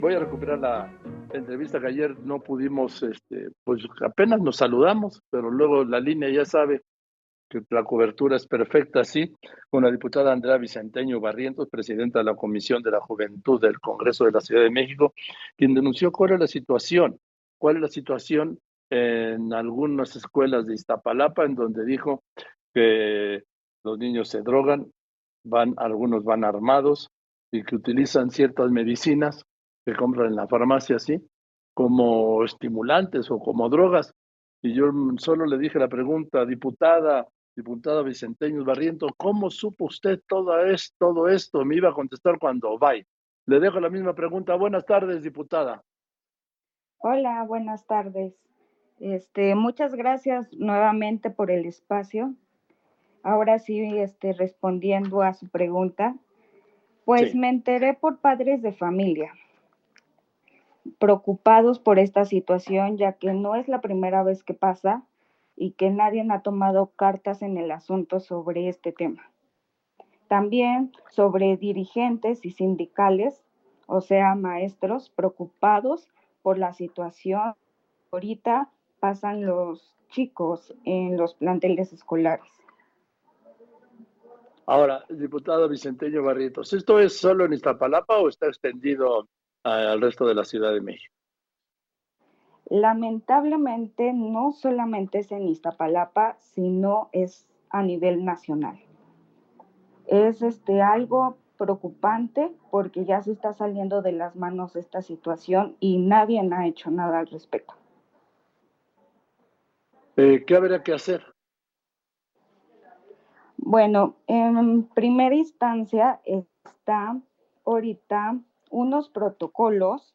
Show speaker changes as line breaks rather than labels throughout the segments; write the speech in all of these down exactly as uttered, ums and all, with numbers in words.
voy a recuperar la entrevista que ayer no pudimos, este, pues apenas nos saludamos, pero luego la línea ya sabe que la cobertura es perfecta, sí, con la diputada Andrea Vicenteño Barrientos, presidenta de la Comisión de la Juventud del Congreso de la Ciudad de México, quien denunció cuál es la situación, cuál es la situación en algunas escuelas de Iztapalapa, en donde dijo que los niños se drogan, van, algunos van armados y que utilizan ciertas medicinas que compran en la farmacia, sí, como estimulantes o como drogas. Y yo solo le dije la pregunta, diputada, diputada Vicenteño Barriento, ¿cómo supo usted todo, es, todo esto? Me iba a contestar cuando vaya. Le dejo la misma pregunta. Buenas tardes, diputada.
Hola, buenas tardes. Este, muchas gracias nuevamente por el espacio. Ahora sí, este, respondiendo a su pregunta, pues
Sí.
me enteré por padres de familia, preocupados por esta situación, ya que no es la primera vez que pasa y que nadie ha tomado cartas en el asunto sobre este tema. También sobre dirigentes y sindicales, o sea, maestros preocupados por la situación que ahorita pasan los chicos en los planteles escolares.
Ahora, diputado Vicenteño Barrientos, ¿esto es solo en Iztapalapa o está extendido al resto de la Ciudad de México?
Lamentablemente no solamente es en Iztapalapa, sino es a nivel nacional. Es este, algo preocupante porque ya se está saliendo de las manos esta situación y nadie ha hecho nada al respecto.
Eh, ¿Qué habría que hacer?
Bueno, en primera instancia está ahorita unos protocolos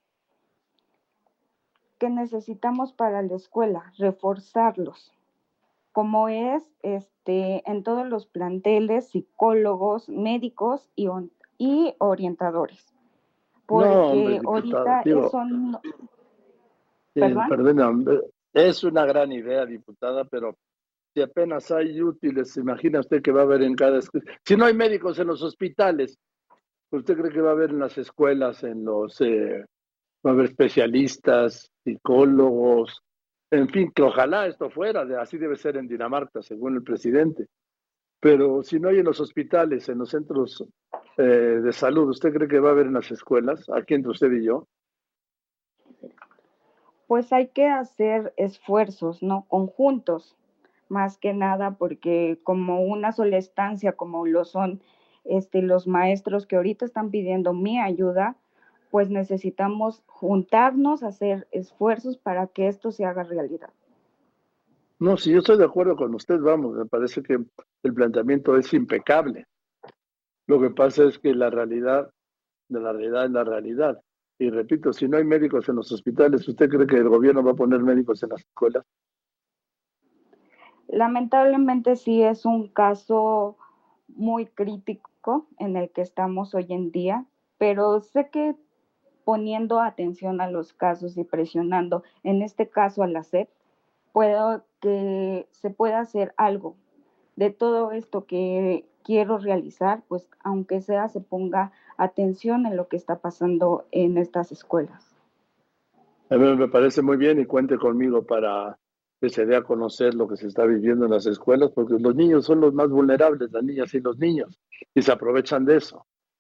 que necesitamos para la escuela, reforzarlos, como es este, en todos los planteles, psicólogos, médicos y, y orientadores,
No, hombre,
porque
diputada,
ahorita
digo,
son,
eh,
perdón,
perdón, es una gran idea, diputada, pero si apenas hay útiles, imagina usted que va a haber en cada escuela. Si no hay médicos en los hospitales, ¿usted cree que va a haber en las escuelas, en los, eh, va a haber especialistas, psicólogos, en fin, que ojalá esto fuera, de, así debe ser en Dinamarca, según el presidente. Pero si no hay en los hospitales, en los centros eh, de salud, ¿usted cree que va a haber en las escuelas, aquí entre usted y yo?
pues hay que hacer esfuerzos, ¿no? Conjuntos, más que nada, porque como una sola estancia, como lo son este, los maestros que ahorita están pidiendo mi ayuda, pues necesitamos juntarnos, hacer esfuerzos para que esto se haga realidad.
No, si yo estoy de acuerdo con usted, vamos, me parece que el planteamiento es impecable. Lo que pasa es que la realidad, de la realidad es la realidad. Y repito, si no hay médicos en los hospitales, ¿usted cree que el gobierno va a poner médicos en las escuelas?
Lamentablemente sí es un caso muy crítico en el que estamos hoy en día, pero sé que poniendo atención a los casos y presionando, en este caso a la S E P, puedo que se pueda hacer algo de todo esto que quiero realizar, pues aunque sea se ponga atención en lo que está pasando en estas escuelas.
A mí me parece muy bien y cuente conmigo para que se dé a conocer lo que se está viviendo en las escuelas, porque los niños son los más vulnerables, las niñas y los niños, y se aprovechan de eso.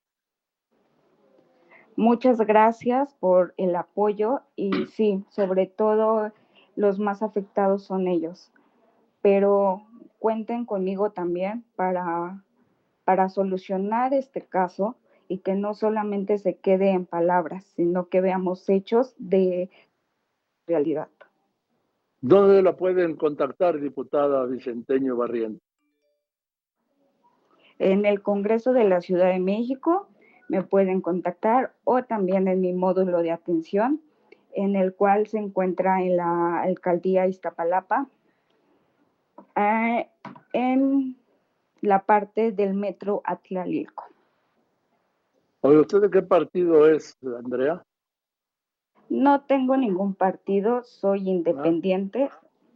Muchas gracias por el apoyo y sí, sobre todo los más afectados son ellos, pero cuenten conmigo también para, para solucionar este caso y que no solamente se quede en palabras, sino que veamos hechos de realidad.
¿Dónde la pueden contactar, diputada Vicenteño Barrientos?
En el Congreso de la Ciudad de México me pueden contactar o también en mi módulo de atención, en el cual se encuentra en la alcaldía Iztapalapa, eh, en la parte del metro Atlalilco.
Oye, ¿usted de qué partido es, Andrea?
No tengo ningún partido, soy
¿Ah?
independiente.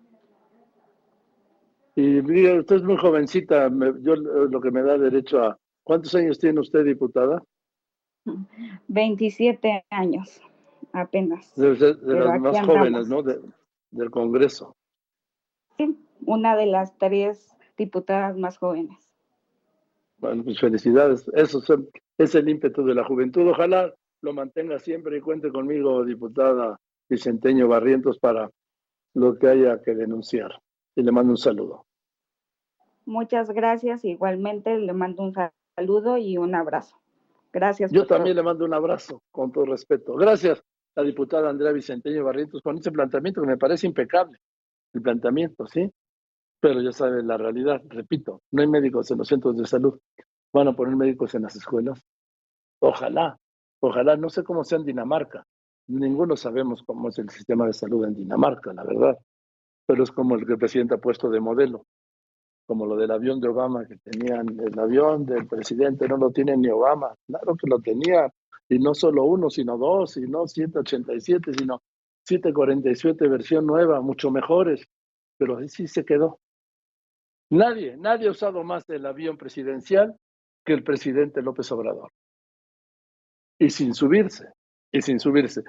Y mire, usted es muy jovencita, me, yo lo que me da derecho a... ¿Cuántos años tiene usted, diputada?
veintisiete años. apenas.
Debe ser de
Pero
las
aquí
más jóvenes,
andamos.
¿no? De, del Congreso.
Sí, una de las tres diputadas más jóvenes.
Bueno, pues felicidades. Eso son- es el ímpetu de la juventud. Ojalá lo mantenga siempre y cuente conmigo, diputada Vicenteño Barrientos, para lo que haya que denunciar. Y le mando un saludo.
Muchas gracias. Igualmente le mando un saludo y un abrazo. Gracias
Yo
por
también
todo.
le mando un abrazo, con todo respeto. Gracias, la diputada Andrea Vicenteño Barrientos, con ese planteamiento que me parece impecable. El planteamiento, ¿sí? Pero ya sabe la realidad, repito, no hay médicos en los centros de salud. Van a poner médicos en las escuelas. Ojalá, ojalá, no sé cómo sea en Dinamarca. Ninguno sabemos cómo es el sistema de salud en Dinamarca, la verdad. Pero es como el que el presidente ha puesto de modelo, como lo del avión de Obama, que tenían el avión del presidente, no lo tiene ni Obama. Claro que lo tenía, y no solo uno, sino dos, y no ciento ochenta y siete, sino setecientos cuarenta y siete versión nueva, mucho mejores, pero ahí sí se quedó. Nadie, nadie ha usado más el avión presidencial que el presidente López Obrador. Y sin subirse, y sin subirse.